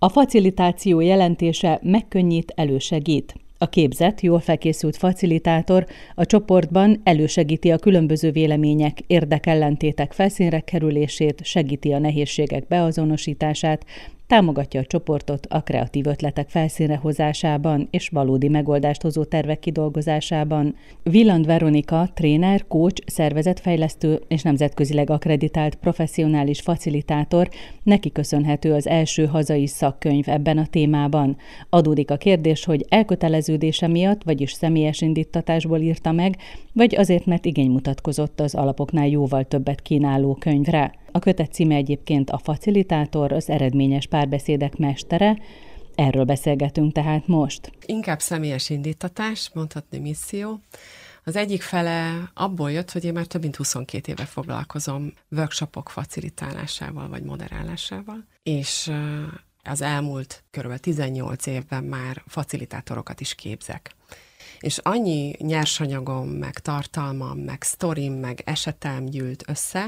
A facilitáció jelentése megkönnyít, elősegít. A képzett, jól felkészült facilitátor a csoportban elősegíti a különböző vélemények, érdekellentétek felszínre kerülését, segíti a nehézségek beazonosítását, támogatja a csoportot a kreatív ötletek felszínre hozásában és valódi megoldást hozó tervek kidolgozásában. Villand Veronika, tréner, coach, szervezetfejlesztő és nemzetközileg akkreditált professzionális facilitátor, neki köszönhető az első hazai szakkönyv ebben a témában. Adódik a kérdés, hogy elköteleződése miatt, vagyis személyes indíttatásból írta meg, vagy azért, mert igény mutatkozott az alapoknál jóval többet kínáló könyvre. A kötet címe egyébként A facilitátor, az eredményes párbeszédek mestere. Erről beszélgetünk tehát most. Inkább személyes indítatás, mondhatni misszió. Az egyik fele abból jött, hogy én már több mint 22 éve foglalkozom workshopok facilitálásával vagy moderálásával, és az elmúlt kb. 18 évben már facilitátorokat is képzek. És annyi nyersanyagom, meg tartalmam, meg sztorim, meg esetem gyűlt össze,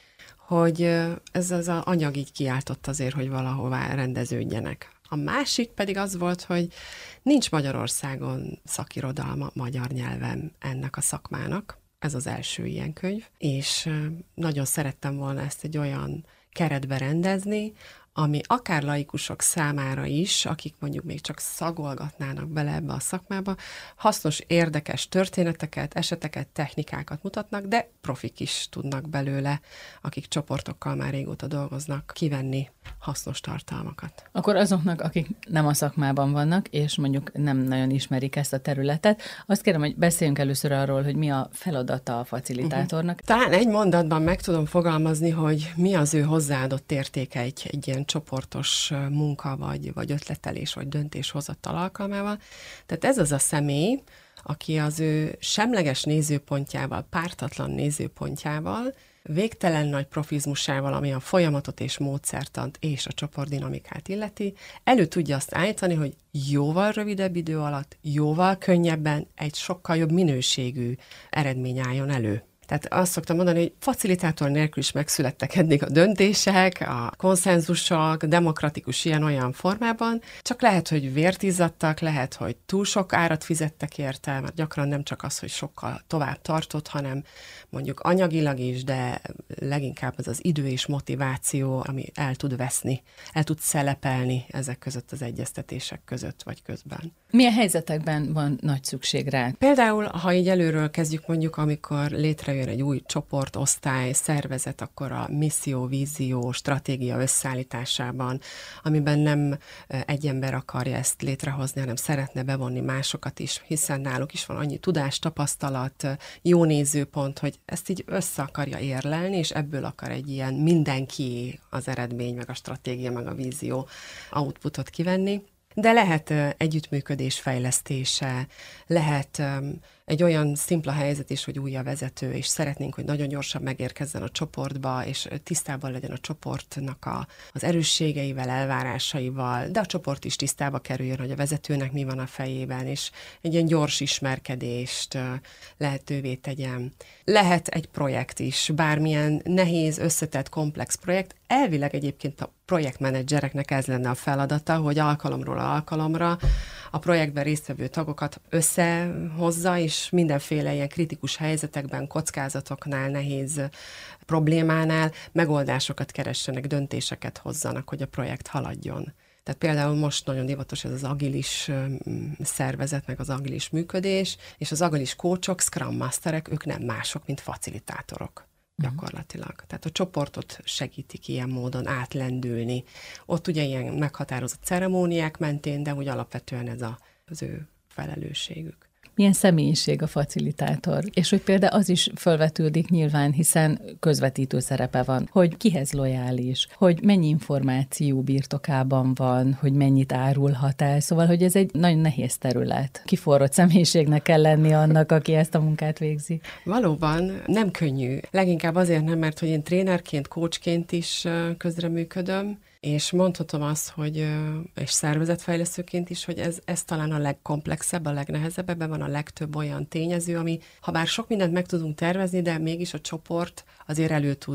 hogy ez az anyag így kiáltott azért, hogy valahová rendeződjenek. A másik pedig az volt, hogy nincs Magyarországon szakirodalma magyar nyelven ennek a szakmának. Ez az első ilyen könyv, és nagyon szerettem volna ezt egy olyan keretbe rendezni, ami akár laikusok számára is, akik mondjuk még csak szagolgatnának bele ebbe a szakmába, hasznos, érdekes történeteket, eseteket, technikákat mutatnak, de profik is tudnak belőle, akik csoportokkal már régóta dolgoznak, kivenni hasznos tartalmakat. Akkor azoknak, akik nem a szakmában vannak, és mondjuk nem nagyon ismerik ezt a területet, azt kérem, hogy beszéljünk először arról, hogy mi a feladata a facilitátornak. Talán egy mondatban meg tudom fogalmazni, hogy mi az ő hozzáadott értéke egy ilyen csoportos munka, vagy ötletelés, vagy döntéshozatal alkalmával. Tehát ez az a személy, aki az ő semleges nézőpontjával, pártatlan nézőpontjával, végtelen nagy profizmusával, ami a folyamatot és módszertant és a csoportdinamikát illeti, elő tudja azt állítani, hogy jóval rövidebb idő alatt, jóval könnyebben egy sokkal jobb minőségű eredmény álljon elő. Tehát azt szoktam mondani, hogy facilitátor nélkül is megszülettek eddig a döntések, a konszenzusok, demokratikus ilyen-olyan formában, csak lehet, hogy vért izzadtak, lehet, hogy túl sok árat fizettek érte, mert gyakran nem csak az, hogy sokkal tovább tartott, hanem mondjuk anyagilag is, de leginkább az idő és motiváció, ami el tud veszni, el tud szelepelni ezek között az egyeztetések között vagy közben. Milyen helyzetekben van nagy szükség rá? Például, ha így előről kezdjük mondjuk, amikor létrejön egy új csoport, osztály, szervezet, akkor a misszió, vízió, stratégia összeállításában, amiben nem egy ember akarja ezt létrehozni, hanem szeretne bevonni másokat is, hiszen náluk is van annyi tudás, tapasztalat, jó nézőpont, hogy ezt így össze akarja érlelni, és ebből akar egy ilyen mindenki az eredmény, meg a stratégia, meg a vízió outputot kivenni. De lehet együttműködés fejlesztése, lehet egy olyan szimpla helyzet is, hogy új a vezető, és szeretnénk, hogy nagyon gyorsan megérkezzen a csoportba, és tisztában legyen a csoportnak az erősségeivel, elvárásaival, de a csoport is tisztába kerüljön, hogy a vezetőnek mi van a fejében, és egy ilyen gyors ismerkedést lehetővé tegyen. Lehet egy projekt is, bármilyen nehéz, összetett, komplex projekt. Elvileg egyébként a projektmenedzsereknek ez lenne a feladata, hogy alkalomról alkalomra a projektben résztvevő tagokat összehozza, és mindenféle ilyen kritikus helyzetekben, kockázatoknál, nehéz problémánál megoldásokat keressenek, döntéseket hozzanak, hogy a projekt haladjon. Tehát például most nagyon divatos ez az agilis szervezet, meg az agilis működés, és az agilis coachok, scrum masterek, ők nem mások, mint facilitátorok. Gyakorlatilag. Tehát a csoportot segítik ilyen módon átlendülni. Ott ugye ilyen meghatározott ceremóniák mentén, de úgy alapvetően ez az ő felelősségük. Milyen személyiség a facilitátor? És hogy például az is felvetődik nyilván, hiszen közvetítő szerepe van, hogy kihez lojális, hogy mennyi információ birtokában van, hogy mennyit árulhat el. Szóval, hogy ez egy nagyon nehéz terület. Kiforrott személyiségnek kell lenni annak, aki ezt a munkát végzi. Valóban nem könnyű. Leginkább azért nem, mert hogy én trénerként, coachként is közreműködöm, és mondhatom azt, hogy, és szervezetfejlesztőként is, hogy ez talán a legkomplexebb, a legnehezebb, ebben van a legtöbb olyan tényező, ami, ha bár sok mindent meg tudunk tervezni, de mégis a csoport azért elő tud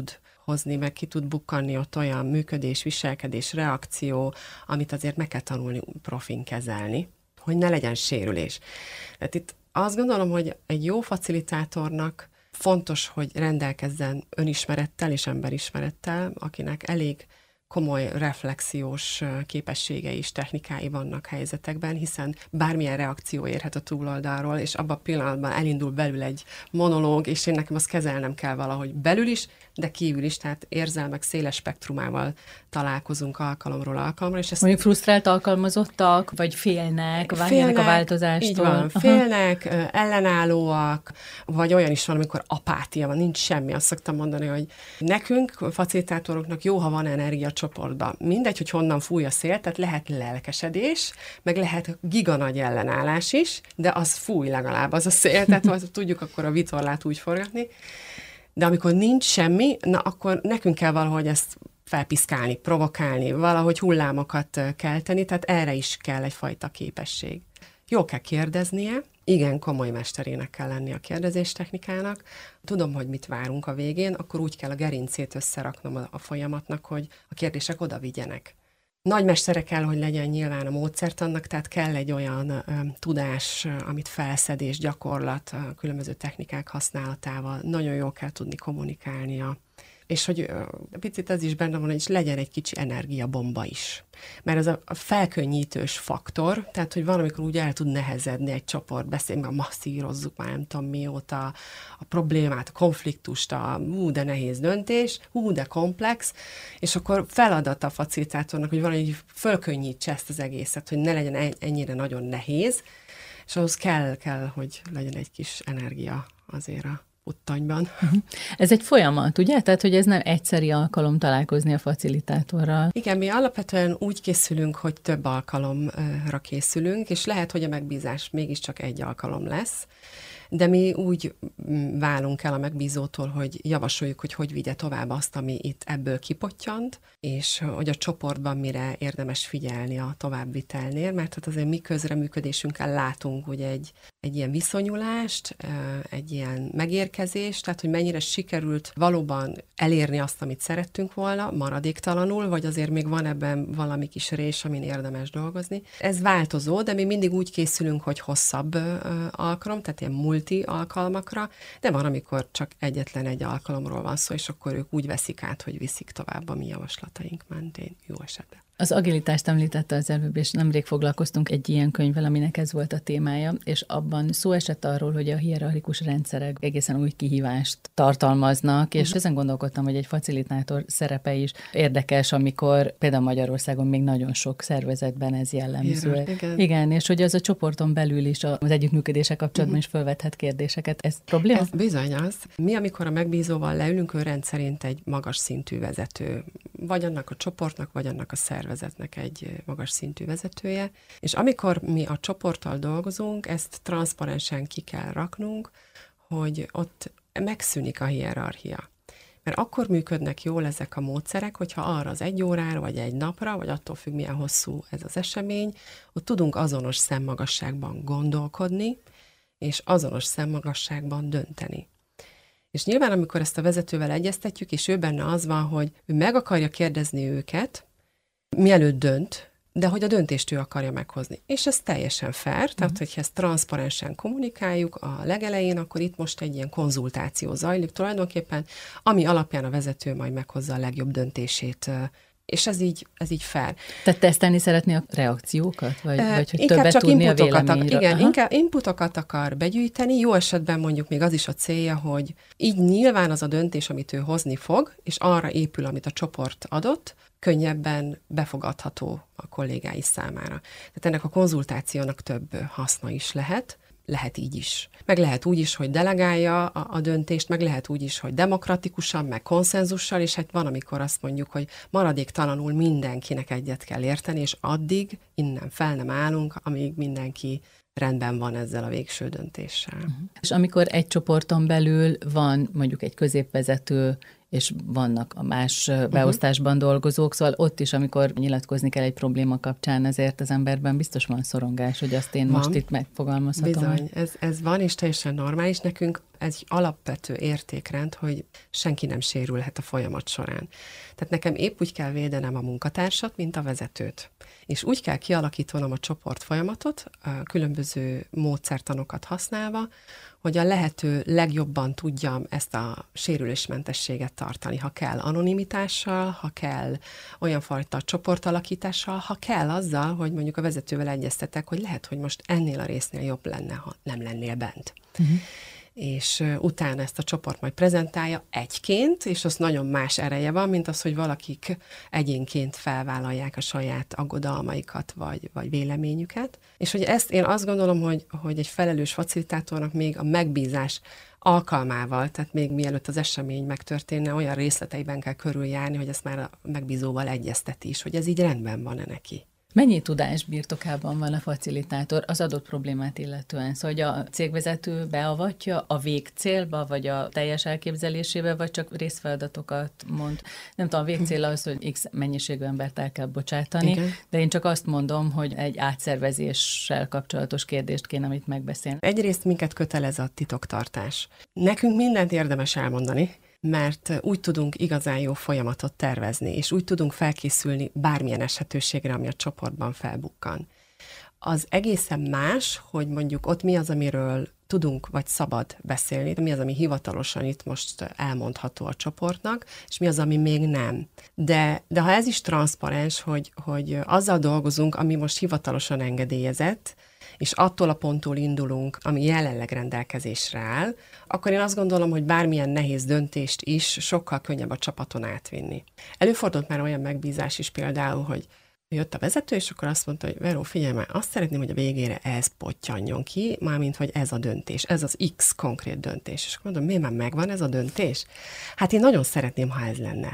hozni, meg ki tud bukkanni ott olyan működés, viselkedés, reakció, amit azért meg kell tanulni profin kezelni, hogy ne legyen sérülés. Tehát itt azt gondolom, hogy egy jó facilitátornak fontos, hogy rendelkezzen önismerettel és emberismerettel, akinek elég komoly reflexiós képességei és technikái vannak helyzetekben, hiszen bármilyen reakció érhet a túloldalról, és abban a pillanatban elindul belül egy monológ, és én nekem azt kezelnem kell valahogy belül is, de kívül is, tehát érzelmek széles spektrumával találkozunk alkalomról alkalomra. És ezt mondjuk frusztrált alkalmazottak, vagy félnek a változástól? Így van, félnek, ellenállóak, vagy olyan is van, amikor apátia van, nincs semmi. Azt szoktam mondani, hogy nekünk, facilitátoroknak jó, ha van energia csoportban. Mindegy, hogy honnan fúj a szél, tehát lehet lelkesedés, meg lehet giganagy ellenállás is, de az fúj legalább az a szél, tehát tudjuk akkor a vitorlát úgy forgatni. De amikor nincs semmi, na akkor nekünk kell valahogy ezt felpiszkálni, provokálni, valahogy hullámokat kelteni, tehát erre is kell egyfajta képesség. Jól kell kérdeznie, igen, komoly mesterének kell lenni a kérdezés technikának. Tudom, hogy mit várunk a végén, akkor úgy kell a gerincét összeraknom a folyamatnak, hogy a kérdések oda vigyenek. Nagy mestere kell, hogy legyen nyilván a módszertannak, tehát kell egy olyan tudás, amit felszed és gyakorlat, különböző technikák használatával. Nagyon jól kell tudni kommunikálnia. És hogy picit az is benne van, hogy legyen egy kicsi energiabomba is. Mert ez a felkönnyítős faktor, tehát hogy van, amikor úgy el tud nehezedni egy csoport, beszélni, már masszírozzuk már nem tudom mióta a problémát, a konfliktust, de nehéz döntés, de komplex, és akkor feladat a facilitátornak, hogy valahogy fölkönnyítse ezt az egészet, hogy ne legyen ennyire nagyon nehéz, és ahhoz kell, hogy legyen egy kis energia azért a puttanyban. Ez egy folyamat, ugye? Tehát, hogy ez nem egyszeri alkalom találkozni a facilitátorral. Igen, mi alapvetően úgy készülünk, hogy több alkalomra készülünk, és lehet, hogy a megbízás mégiscsak egy alkalom lesz, de mi úgy válunk el a megbízótól, hogy javasoljuk, hogy vigye tovább azt, ami itt ebből kipottyant, és hogy a csoportban mire érdemes figyelni a továbbvitelnél, mert hát azért mi közreműködésünkkel látunk ugye egy ilyen viszonyulást, egy ilyen megérkezést, tehát hogy mennyire sikerült valóban elérni azt, amit szerettünk volna, maradéktalanul, vagy azért még van ebben valami kis rés, amin érdemes dolgozni. Ez változó, de mi mindig úgy készülünk, hogy hosszabb alkalom, tehát ilyen multi alkalmakra, de van, amikor csak egyetlen egy alkalomról van szó, és akkor ők úgy veszik át, hogy viszik tovább a mi javaslataink mentén, jó esetben. Az agilitást említette az előbb, és nemrég foglalkoztunk egy ilyen könyvvel, aminek ez volt a témája, és abban szó esett arról, hogy a hierarchikus rendszerek egészen új kihívást tartalmaznak, és ezen gondolkodtam, hogy egy facilitátor szerepe is érdekes, amikor például Magyarországon még nagyon sok szervezetben ez jellemző. Igen, és hogy az a csoporton belül is az együttműködése kapcsolatban is felvethet kérdéseket. Ez probléma? Ez bizony az. Mi, amikor a megbízóval leülünk, ő rendszerint egy magas szintű vezető, vagy annak a csoportnak, vagy annak a szervezetnek egy magas szintű vezetője, és amikor mi a csoporttal dolgozunk, ezt transzparensen ki kell raknunk, hogy ott megszűnik a hierarchia. Mert akkor működnek jól ezek a módszerek, hogyha arra az egy órára, vagy egy napra, vagy attól függ, milyen hosszú ez az esemény, ott tudunk azonos szemmagasságban gondolkodni, és azonos szemmagasságban dönteni. És nyilván, amikor ezt a vezetővel egyeztetjük, és ő benne az van, hogy ő meg akarja kérdezni őket, mielőtt dönt, de hogy a döntést ő akarja meghozni. És ez teljesen fair, tehát hogyha ezt transzparensen kommunikáljuk a legelején, akkor itt most egy ilyen konzultáció zajlik tulajdonképpen, ami alapján a vezető majd meghozza a legjobb döntését, és ez így fair. Tehát tesztelni szeretné a reakciókat? Vagy hogy többet tudni a véleményről? Igen, inkább inputokat akar begyűjteni, jó esetben mondjuk még az is a célja, hogy így nyilván az a döntés, amit ő hozni fog, és arra épül, amit a csoport adott, könnyebben befogadható a kollégái számára. Tehát ennek a konzultációnak több haszna is lehet így is. Meg lehet úgy is, hogy delegálja a döntést, meg lehet úgy is, hogy demokratikusan, meg konszenzussal, és hát van, amikor azt mondjuk, hogy maradéktalanul mindenkinek egyet kell érteni, és addig innen fel nem állunk, amíg mindenki rendben van ezzel a végső döntéssel. És amikor egy csoporton belül van mondjuk egy középvezető, és vannak a más beosztásban dolgozók, szóval ott is, amikor nyilatkozni kell egy probléma kapcsán, ezért az emberben biztos van szorongás, hogy azt én most itt megfogalmazhatom. Bizony, ez van, és teljesen normális. Nekünk egy alapvető értékrend, hogy senki nem sérülhet a folyamat során. Tehát nekem épp úgy kell védenem a munkatársat, mint a vezetőt. És úgy kell kialakítanom a csoport folyamatot, a különböző módszertanokat használva, hogy a lehető legjobban tudjam ezt a sérülésmentességet tartani. Ha kell anonimitással, ha kell olyan fajta csoportalakítással, ha kell azzal, hogy mondjuk a vezetővel egyeztetek, hogy lehet, hogy most ennél a résznél jobb lenne, ha nem lennél bent. És utána ezt a csoport majd prezentálja egyként, és az nagyon más ereje van, mint az, hogy valakik egyénként felvállalják a saját aggodalmaikat, vagy véleményüket. És hogy ezt én azt gondolom, hogy egy felelős facilitátornak még a megbízás alkalmával, tehát még mielőtt az esemény megtörténne, olyan részleteiben kell körüljárni, hogy ezt már a megbízóval egyezteti is, hogy ez így rendben van-e neki. Mennyi tudás birtokában van a facilitátor az adott problémát illetően? Szóval, hogy a cégvezető beavatja a végcélba, vagy a teljes elképzelésébe, vagy csak részfeladatokat mond? Nem tudom, a végcél az, hogy X mennyiségű embert el kell bocsátani, igen, de én csak azt mondom, hogy egy átszervezéssel kapcsolatos kérdést kéne itt megbeszélni. Egyrészt minket kötelez a titoktartás. Nekünk mindent érdemes elmondani, mert úgy tudunk igazán jó folyamatot tervezni, és úgy tudunk felkészülni bármilyen esetőségre, ami a csoportban felbukkan. Az egészen más, hogy mondjuk ott mi az, amiről tudunk vagy szabad beszélni, mi az, ami hivatalosan itt most elmondható a csoportnak, és mi az, ami még nem. De ha ez is transzparens, hogy azzal dolgozunk, ami most hivatalosan engedélyezett, és attól a ponttól indulunk, ami jelenleg rendelkezésre áll, akkor én azt gondolom, hogy bármilyen nehéz döntést is sokkal könnyebb a csapaton átvinni. Előfordult már olyan megbízás is például, hogy jött a vezető, és akkor azt mondta, hogy Veró, figyelj már, azt szeretném, hogy a végére ez pottyanjon ki, mármint, hogy ez a döntés, ez az X konkrét döntés. És akkor mondom, miért már megvan ez a döntés? Hát én nagyon szeretném, ha ez lenne.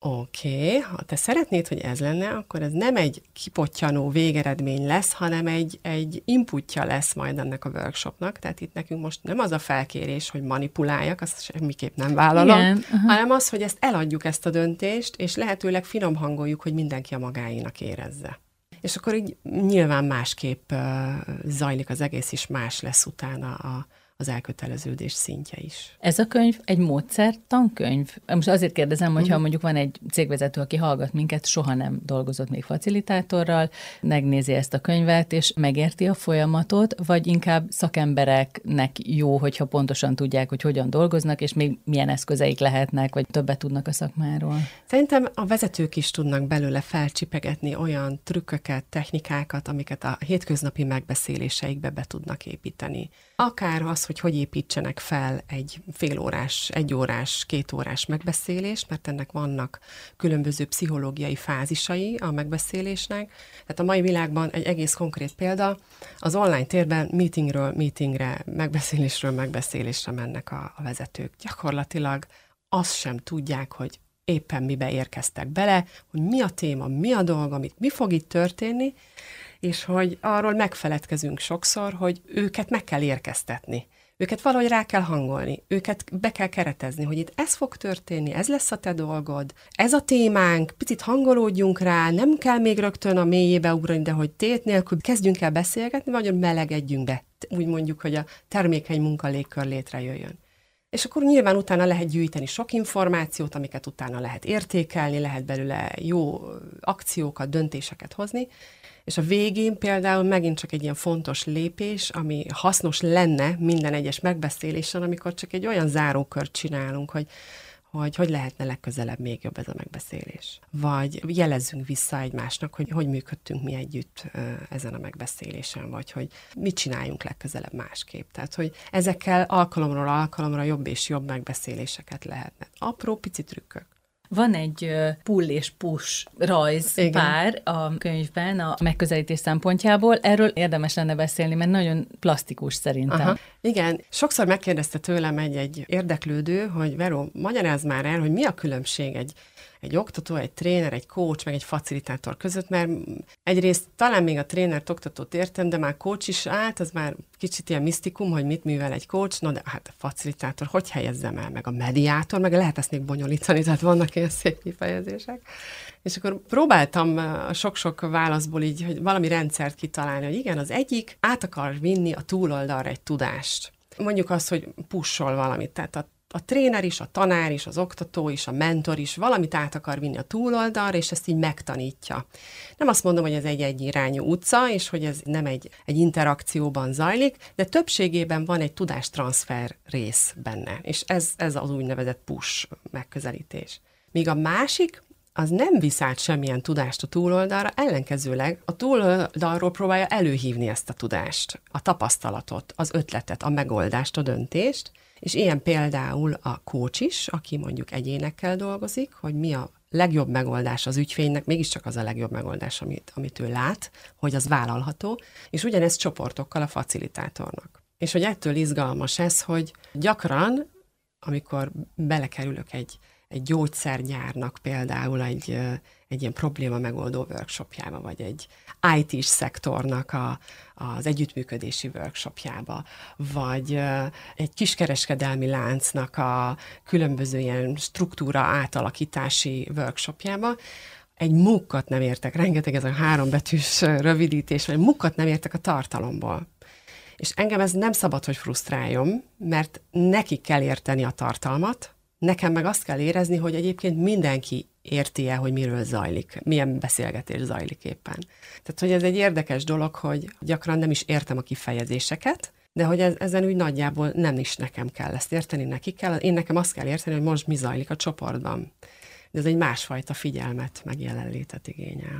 Oké, ha te szeretnéd, hogy ez lenne, akkor ez nem egy kipottyanó végeredmény lesz, hanem egy inputja lesz majd ennek a workshopnak. Tehát itt nekünk most nem az a felkérés, hogy manipuláljak, azt semmiképp nem vállalom, igen, hanem az, hogy ezt eladjuk, ezt a döntést, és lehetőleg finom hangoljuk, hogy mindenki a magáénak érezze. És akkor így nyilván másképp zajlik az egész, és más lesz utána az elköteleződés szintje is. Ez a könyv egy módszertankönyv? Most azért kérdezem, hogyha mondjuk van egy cégvezető, aki hallgat minket, soha nem dolgozott még facilitátorral, megnézi ezt a könyvet, és megérti a folyamatot, vagy inkább szakembereknek jó, hogyha pontosan tudják, hogy hogyan dolgoznak, és még milyen eszközeik lehetnek, vagy többet tudnak a szakmáról? Szerintem a vezetők is tudnak belőle felcsipegetni olyan trükköket, technikákat, amiket a hétköznapi megbeszéléseikbe be tudnak építeni. Akár az, hogy építsenek fel egy félórás, 1 órás, 2 órás megbeszélést, mert ennek vannak különböző pszichológiai fázisai a megbeszélésnek. Tehát a mai világban egy egész konkrét példa, az online térben meetingről meetingre, megbeszélésről megbeszélésre mennek a vezetők. Gyakorlatilag azt sem tudják, hogy éppen mibe érkeztek bele, hogy mi a téma, mi a dolga, mi fog itt történni, és hogy arról megfeledkezünk sokszor, hogy őket meg kell érkeztetni. Őket valahogy rá kell hangolni, őket be kell keretezni, hogy itt ez fog történni, ez lesz a te dolgod, ez a témánk, picit hangolódjunk rá, nem kell még rögtön a mélyébe ugrani, de hogy tét nélkül kezdjünk el beszélgetni, vagy hogy melegedjünk be. Úgy mondjuk, hogy a termékeny munkalégkör létrejöjjön. És akkor nyilván utána lehet gyűjteni sok információt, amiket utána lehet értékelni, lehet belőle jó akciókat, döntéseket hozni, és a végén például megint csak egy ilyen fontos lépés, ami hasznos lenne minden egyes megbeszélésen, amikor csak egy olyan zárókört csinálunk, hogy lehetne legközelebb még jobb ez a megbeszélés. Vagy jelezzünk vissza egymásnak, hogy működtünk mi együtt ezen a megbeszélésen, vagy hogy mit csináljunk legközelebb másképp. Tehát, hogy ezekkel alkalomról alkalomra jobb és jobb megbeszéléseket lehetne. Apró pici trükkök. Van egy pull és push rajzpár a könyvben a megközelítés szempontjából. Erről érdemes lenne beszélni, mert nagyon plastikus szerintem. Aha. Igen, sokszor megkérdezte tőlem egy érdeklődő, hogy Veró, magyarázz már el, hogy mi a különbség egy oktató, egy tréner, egy coach, meg egy facilitátor között, mert egyrészt talán még a trénert, oktatót értem, de már coach is állt, az már kicsit ilyen misztikum, hogy mit művel egy coach, no de hát a facilitátor, hogy helyezzem el, meg a mediátor, meg lehet ezt még bonyolítani, tehát vannak ilyen szép kifejezések. És akkor próbáltam a sok-sok válaszból így, hogy valami rendszert kitalálni, hogy igen, az egyik át akar vinni a túloldalra egy tudást. mondjuk azt, hogy pushol valamit, tehát a tréner is, a tanár is, az oktató is, a mentor is valamit át akar vinni a túloldalra, és ezt így megtanítja. Nem azt mondom, hogy ez egy egyirányú utca, és hogy ez nem egy interakcióban zajlik, de többségében van egy tudástranszfer rész benne, és ez az úgynevezett push megközelítés. Míg a másik, az nem visz át semmilyen tudást a túloldalra, ellenkezőleg a túloldalról próbálja előhívni ezt a tudást, a tapasztalatot, az ötletet, a megoldást, a döntést, és ilyen például a coach is, aki mondjuk egyénekkel dolgozik, hogy mi a legjobb megoldás az ügyfélnek, mégiscsak az a legjobb megoldás, amit ő lát, hogy az vállalható, és ugyanezt csoportokkal a facilitátornak. És hogy ettől izgalmas ez, hogy gyakran, amikor belekerülök egy gyógyszergyárnak például egy ilyen probléma megoldó workshopjába, vagy egy IT-s szektornak az együttműködési workshopjába, vagy egy kiskereskedelmi láncnak a különböző ilyen struktúra átalakítási workshopjába, egy mukkat nem értek, rengeteg ez a 3 betűs rövidítés, vagy mukkat nem értek a tartalomból. És engem ez nem szabad, hogy frusztráljon, mert nekik kell érteni a tartalmat, nekem meg azt kell érezni, hogy egyébként mindenki érti-e, hogy miről zajlik, milyen beszélgetés zajlik éppen. Tehát, hogy ez egy érdekes dolog, hogy gyakran nem is értem a kifejezéseket, de hogy ezen úgy nagyjából nem is nekem kell ezt érteni, nekik kell. Én nekem azt kell érteni, hogy most mi zajlik a csoportban. De ez egy másfajta figyelmet, meg jelenlétet igényel.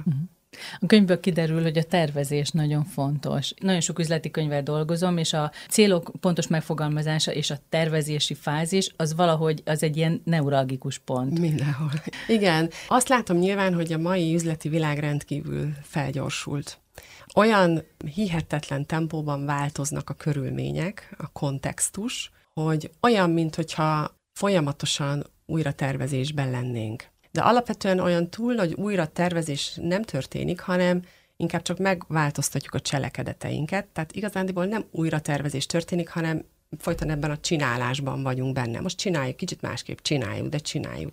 A könyvből kiderül, hogy a tervezés nagyon fontos. Nagyon sok üzleti könyvvel dolgozom, és a célok pontos megfogalmazása és a tervezési fázis, az valahogy az egy ilyen neuralgikus pont. Mindenhol. Igen. Azt látom nyilván, hogy a mai üzleti világ rendkívül felgyorsult. Olyan hihetetlen tempóban változnak a körülmények, a kontextus, hogy olyan, minthogyha folyamatosan újra tervezésben lennénk. De alapvetően olyan túl nagy újra tervezés nem történik, hanem inkább csak megváltoztatjuk a cselekedeteinket. Tehát igazándiból nem újra tervezés történik, hanem folyton ebben a csinálásban vagyunk benne. Most csináljuk, kicsit másképp csináljuk, de csináljuk.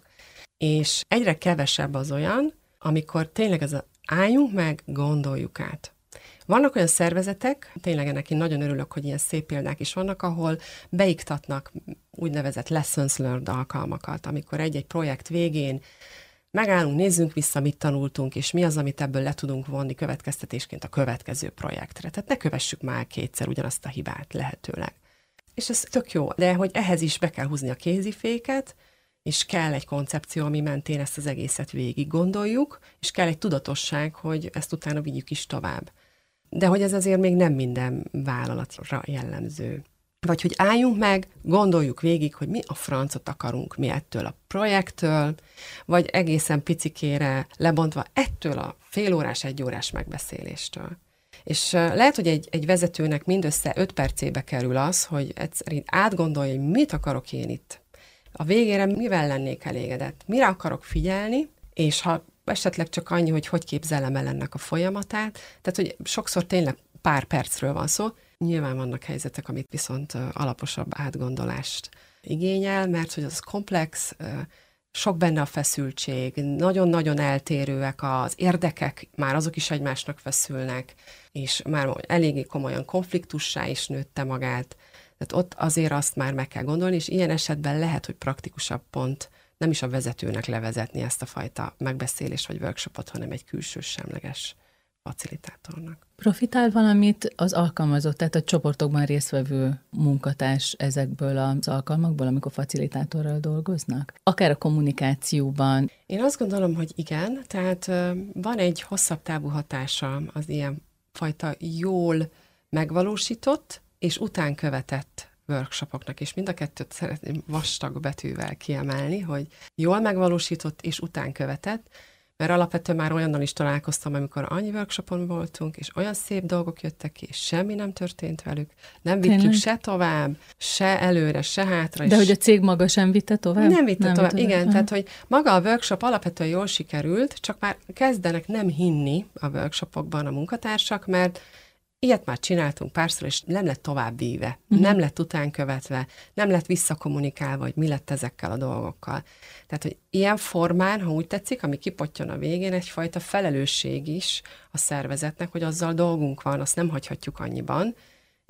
És egyre kevesebb az olyan, amikor tényleg álljunk meg, gondoljuk át. Vannak olyan szervezetek, tényleg ennek én nagyon örülök, hogy ilyen szép példák is vannak, ahol beiktatnak úgynevezett lessons learned alkalmakat, amikor egy-egy projekt végén megállunk, nézzünk vissza, mit tanultunk, és mi az, amit ebből le tudunk vonni következtetésként a következő projektre. Tehát ne kövessük már kétszer ugyanazt a hibát lehetőleg. És ez tök jó, de hogy ehhez is be kell húzni a kéziféket, és kell egy koncepció, ami mentén ezt az egészet végig gondoljuk, és kell egy tudatosság, hogy ezt utána vigyük is tovább. De hogy ez azért még nem minden vállalatra jellemző. Vagy hogy álljunk meg, gondoljuk végig, hogy mi a francot akarunk mi ettől a projekttől, vagy egészen picikére lebontva ettől a félórás, egyórás megbeszéléstől. És lehet, hogy egy vezetőnek mindössze 5 percébe kerül az, hogy egyszerűen átgondolja, hogy mit akarok én itt. A végére mivel lennék elégedett, mire akarok figyelni, és ha esetleg csak annyi, hogy képzelem el ennek a folyamatát, tehát hogy sokszor tényleg pár percről van szó. Nyilván vannak helyzetek, amit viszont alaposabb átgondolást igényel, mert hogy az komplex, sok benne a feszültség, nagyon-nagyon eltérőek az érdekek, már azok is egymásnak feszülnek, és már eléggé komolyan konfliktussá is nőtte magát. Tehát ott azért azt már meg kell gondolni, és ilyen esetben lehet, hogy praktikusabb pont nem is a vezetőnek levezetni ezt a fajta megbeszélést vagy workshopot, hanem egy külső semleges facilitátornak. Profitál valamit az alkalmazott, tehát a csoportokban résztvevő munkatárs ezekből az alkalmakból, amikor facilitátorral dolgoznak? Akár a kommunikációban? Én azt gondolom, hogy igen, tehát van egy hosszabb távú hatása az ilyen fajta jól megvalósított és utánkövetett workshopoknak, és mind a kettőt szeretném vastag betűvel kiemelni, hogy jól megvalósított és utánkövetett, mert alapvetően már olyannal is találkoztam, amikor annyi workshopon voltunk, és olyan szép dolgok jöttek ki, és semmi nem történt velük, nem vittük se tovább, se előre, se hátra. De hogy a cég maga sem vitte tovább? Nem vitte tovább, igen, tehát hogy maga a workshop alapvetően jól sikerült, csak már kezdenek nem hinni a workshopokban a munkatársak, mert ilyet már csináltunk párszor, és nem lett tovább víve, nem lett utánkövetve, nem lett visszakommunikálva, hogy mi lett ezekkel a dolgokkal. Tehát, hogy ilyen formán, ha úgy tetszik, ami kipottyan a végén, egyfajta felelősség is a szervezetnek, hogy azzal dolgunk van, azt nem hagyhatjuk annyiban,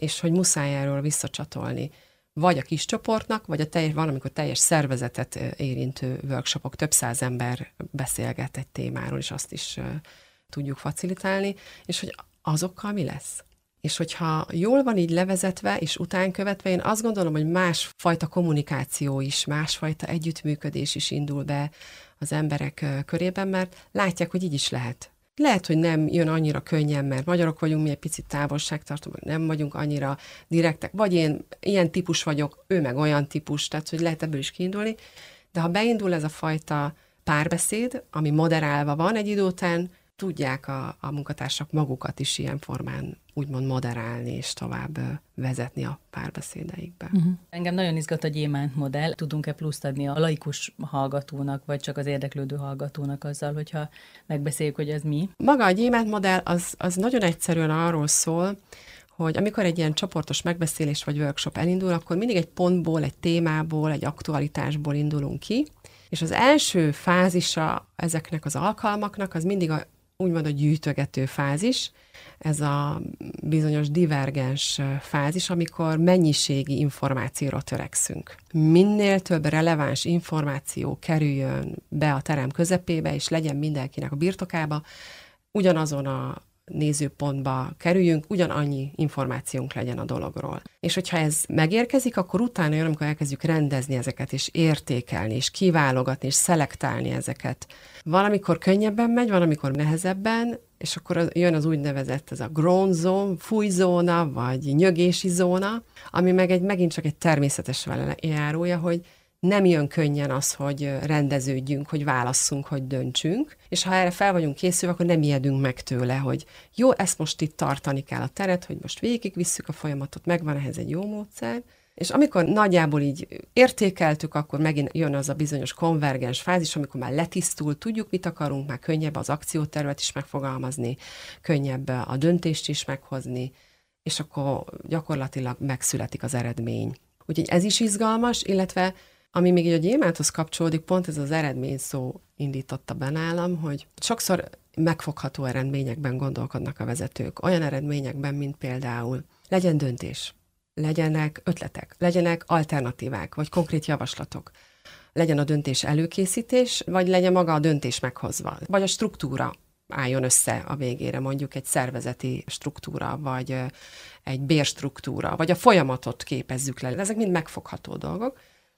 és hogy muszáj erről visszacsatolni. Vagy a kis csoportnak, vagy valamikor teljes szervezetet érintő workshopok, több száz ember beszélget egy témáról, és azt is tudjuk facilitálni, és hogy azokkal mi lesz. És hogyha jól van így levezetve és utánkövetve, én azt gondolom, hogy másfajta kommunikáció is, másfajta együttműködés is indul be az emberek körében, mert látják, hogy így is lehet. Lehet, hogy nem jön annyira könnyen, mert magyarok vagyunk, mi egy picit távolságtartóak, nem vagyunk annyira direktek, vagy én ilyen típus vagyok, ő meg olyan típus, tehát hogy lehet ebből is kiindulni, de ha beindul ez a fajta párbeszéd, ami moderálva van egy idő után, tudják a munkatársak magukat is ilyen formán úgymond moderálni és tovább vezetni a párbeszédeikbe. Engem nagyon izgat a gyémánt modell. Tudunk-e pluszt adni a laikus hallgatónak, vagy csak az érdeklődő hallgatónak azzal, hogyha megbeszéljük, hogy ez mi? Maga a gyémánt modell az nagyon egyszerűen arról szól, hogy amikor egy ilyen csoportos megbeszélés vagy workshop elindul, akkor mindig egy pontból, egy témából, egy aktualitásból indulunk ki, és az első fázisa ezeknek az alkalmaknak az mindig úgymond a gyűjtögető fázis, ez a bizonyos divergens fázis, amikor mennyiségi információra törekszünk. Minél több releváns információ kerüljön be a terem közepébe, és legyen mindenkinek a birtokába, ugyanazon a nézőpontba kerüljünk, ugyanannyi információnk legyen a dologról. És hogyha ez megérkezik, akkor utána jön, amikor elkezdjük rendezni ezeket, és értékelni, és kiválogatni, és szelektálni ezeket. Valamikor könnyebben megy, valamikor nehezebben, és akkor jön az úgynevezett ez a groan zone, fújzóna, vagy nyögési zóna, ami meg megint csak egy természetes járója, hogy nem jön könnyen az, hogy rendeződjünk, hogy válasszunk, hogy döntsünk, és ha erre fel vagyunk készülve, akkor nem ijedünk meg tőle, hogy jó, ezt most itt tartani kell a teret, hogy most végigvisszük a folyamatot, megvan ehhez egy jó módszer, és amikor nagyjából így értékeltük, akkor megint jön az a bizonyos konvergens fázis, amikor már letisztul, tudjuk, mit akarunk, már könnyebb az akciótervet is megfogalmazni, könnyebb a döntést is meghozni, és akkor gyakorlatilag megszületik az eredmény. Úgyhogy ez is izgalmas, illetve ami még így a gyémánthoz kapcsolódik, pont ez az eredmény szó indította be nálam, hogy sokszor megfogható eredményekben gondolkodnak a vezetők. Olyan eredményekben, mint például legyen döntés, legyenek ötletek, legyenek alternatívák, vagy konkrét javaslatok. Legyen a döntés előkészítés, vagy legyen maga a döntés meghozva. Vagy a struktúra álljon össze a végére, mondjuk egy szervezeti struktúra, vagy egy bérstruktúra, vagy a folyamatot képezzük le. Ezek mind megfogható dolgok.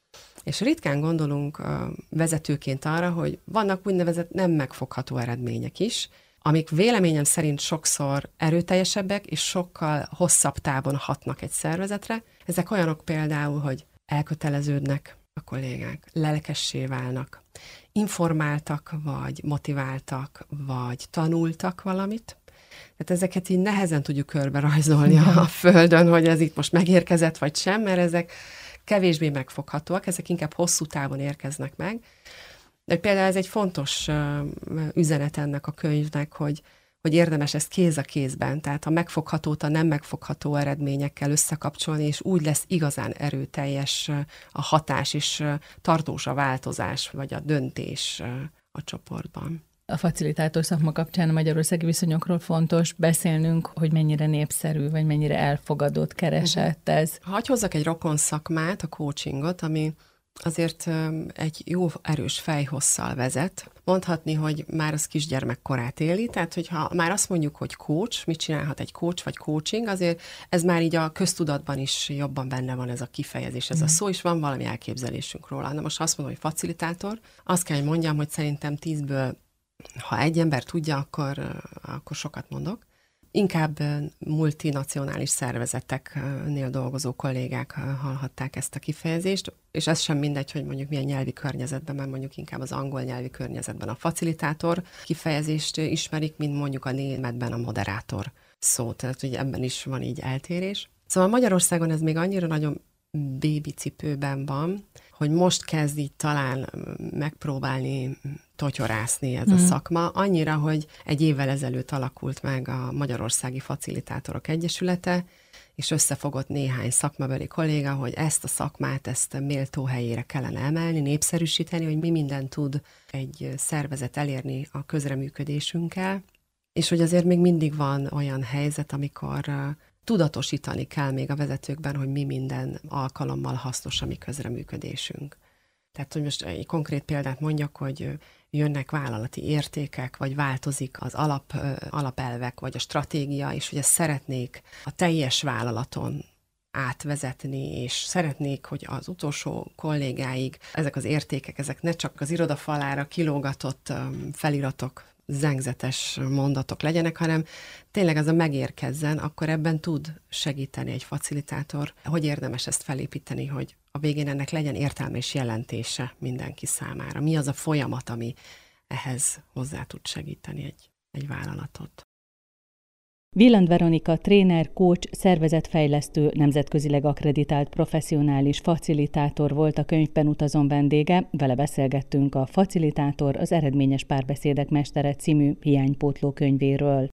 És ritkán gondolunk vezetőként arra, hogy vannak úgynevezett nem megfogható eredmények is, amik véleményem szerint sokszor erőteljesebbek, és sokkal hosszabb távon hatnak egy szervezetre. Ezek olyanok például, hogy elköteleződnek a kollégák, lelkessé válnak, informáltak, vagy motiváltak, vagy tanultak valamit. Tehát ezeket így nehezen tudjuk körbe rajzolni a Földön, hogy ez itt most megérkezett, vagy sem, mert ezek kevésbé megfoghatóak, ezek inkább hosszú távon érkeznek meg. De például ez egy fontos üzenet ennek a könyvnek, hogy érdemes ezt kéz a kézben, tehát a megfoghatót a nem megfogható eredményekkel összekapcsolni, és úgy lesz igazán erőteljes a hatás, és tartós a változás, vagy a döntés a csoportban. A facilitátor szakma kapcsán a magyarországi viszonyokról fontos beszélnünk, hogy mennyire népszerű, vagy mennyire elfogadott, keresett ez. Hagy hozzak egy rokon szakmát, a coachingot, ami azért egy jó erős fejhosszal vezet. Mondhatni, hogy már az kisgyermekkorát éli, tehát hogyha már azt mondjuk, hogy coach, mit csinálhat egy coach vagy coaching, azért ez már így a köztudatban is jobban benne van ez a kifejezés, ez a szó, és van valami elképzelésünk róla. Na most azt mondom, hogy facilitátor, azt kell, hogy mondjam, hogy szerintem 10-ből ha egy ember tudja, akkor sokat mondok. Inkább multinacionális szervezeteknél dolgozó kollégák hallhatták ezt a kifejezést, és ez sem mindegy, hogy mondjuk milyen nyelvi környezetben, mert mondjuk inkább az angol nyelvi környezetben a facilitátor kifejezést ismerik, mint mondjuk a németben a moderátor szó. Tehát ugye ebben is van így eltérés. Szóval Magyarországon ez még annyira nagyon bébicipőben van, hogy most kezd így talán megpróbálni totyorászni ez a szakma, annyira, hogy egy évvel ezelőtt alakult meg a Magyarországi Facilitátorok Egyesülete, és összefogott néhány szakmabeli kolléga, hogy ezt a szakmát, ezt méltó helyére kellene emelni, népszerűsíteni, hogy mi mindent tud egy szervezet elérni a közreműködésünkkel, és hogy azért még mindig van olyan helyzet, amikor tudatosítani kell még a vezetőkben, hogy mi minden alkalommal hasznos a mi közreműködésünk. Tehát, hogy most egy konkrét példát mondjak, hogy jönnek vállalati értékek, vagy változik az alapelvek, vagy a stratégia, és hogy ezt szeretnék a teljes vállalaton átvezetni, és szeretnék, hogy az utolsó kollégáig ezek az értékek, ezek ne csak az irodafalára kilógatott feliratok, zengzetes mondatok legyenek, hanem tényleg ez a megérkezzen, akkor ebben tud segíteni egy facilitátor, hogy érdemes ezt felépíteni, hogy a végén ennek legyen értelme és jelentése mindenki számára. Mi az a folyamat, ami ehhez hozzá tud segíteni egy vállalatot. Wieland Veronika tréner, coach, szervezetfejlesztő, nemzetközileg akkreditált professzionális facilitátor volt a Könyvben utazom vendége, vele beszélgettünk a Facilitátor, az eredményes párbeszédek mestere című hiánypótló könyvéről.